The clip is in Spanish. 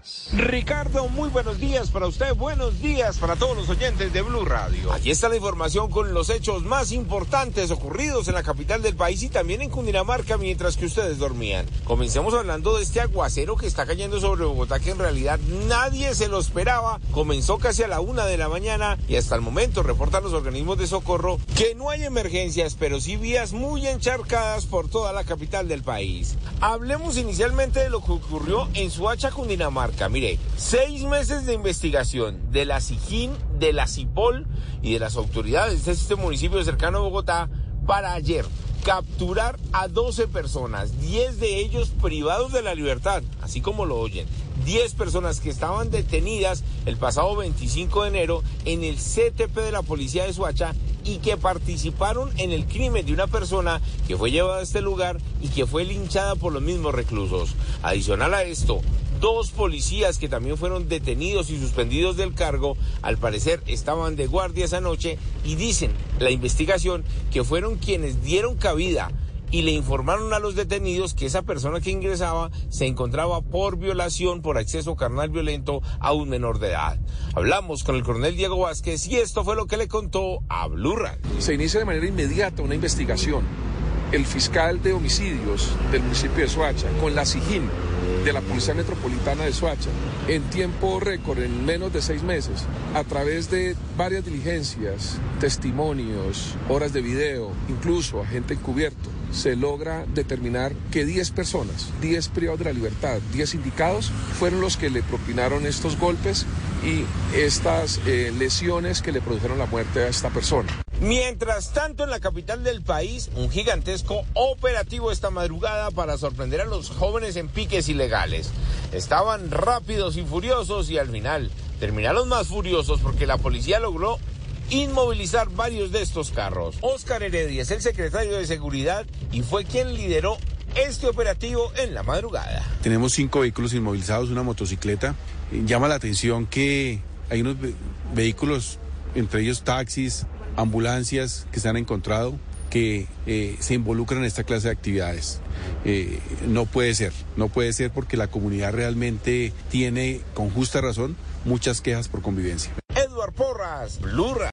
Porras. Ricardo, muy buenos días para usted, buenos días para todos los oyentes de Blue Radio. Aquí está la información con los hechos más importantes ocurridos en la capital del país y también en Cundinamarca mientras que ustedes dormían. Comencemos hablando de este aguacero que está cayendo sobre Bogotá, que en realidad nadie se lo esperaba. Comenzó casi a la 1 de la mañana y hasta el momento reportan los organismos de socorro que no hay emergencias, pero sí vías muy encharcadas por toda la capital del país. Hablemos inicialmente de lo que ocurrió en Soacha, Cundinamarca. Mire, 6 meses de investigación de la SIJIN, de la CIPOL y de las autoridades de este municipio cercano a Bogotá para ayer capturar a 12 personas, 10 de ellos privados de la libertad, así como lo oyen. 10 personas que estaban detenidas el pasado 25 de enero en el CTP de la policía de Soacha y que participaron en el crimen de una persona que fue llevada a este lugar y que fue linchada por los mismos reclusos. Adicional a esto, 2 policías que también fueron detenidos y suspendidos del cargo, al parecer estaban de guardia esa noche y dicen la investigación que fueron quienes dieron cabida y le informaron a los detenidos que esa persona que ingresaba se encontraba por violación, por acceso carnal violento a un menor de edad. Hablamos con el coronel Diego Vázquez y esto fue lo que le contó a Blue Radio. Se inicia de manera inmediata una investigación. El fiscal de homicidios del municipio de Soacha, con la SIJIN de la Policía Metropolitana de Soacha, en tiempo récord, en menos de 6 meses, a través de varias diligencias, testimonios, horas de video, incluso agente encubierto, se logra determinar que 10 personas, 10 privados de la libertad, 10 indicados, fueron los que le propinaron estos golpes y estas lesiones que le produjeron la muerte a esta persona. Mientras tanto, en la capital del país, un gigantesco operativo esta madrugada para sorprender a los jóvenes en piques ilegales. Estaban rápidos y furiosos y al final terminaron más furiosos porque la policía logró inmovilizar varios de estos carros. Óscar Heredia es el secretario de Seguridad y fue quien lideró este operativo en la madrugada. Tenemos 5 vehículos inmovilizados, una motocicleta. Llama la atención que hay unos vehículos, entre ellos taxis, ambulancias que se han encontrado que se involucran en esta clase de actividades. No puede ser porque la comunidad realmente tiene, con justa razón, muchas quejas por convivencia. Eduard Porras, Blue Radio.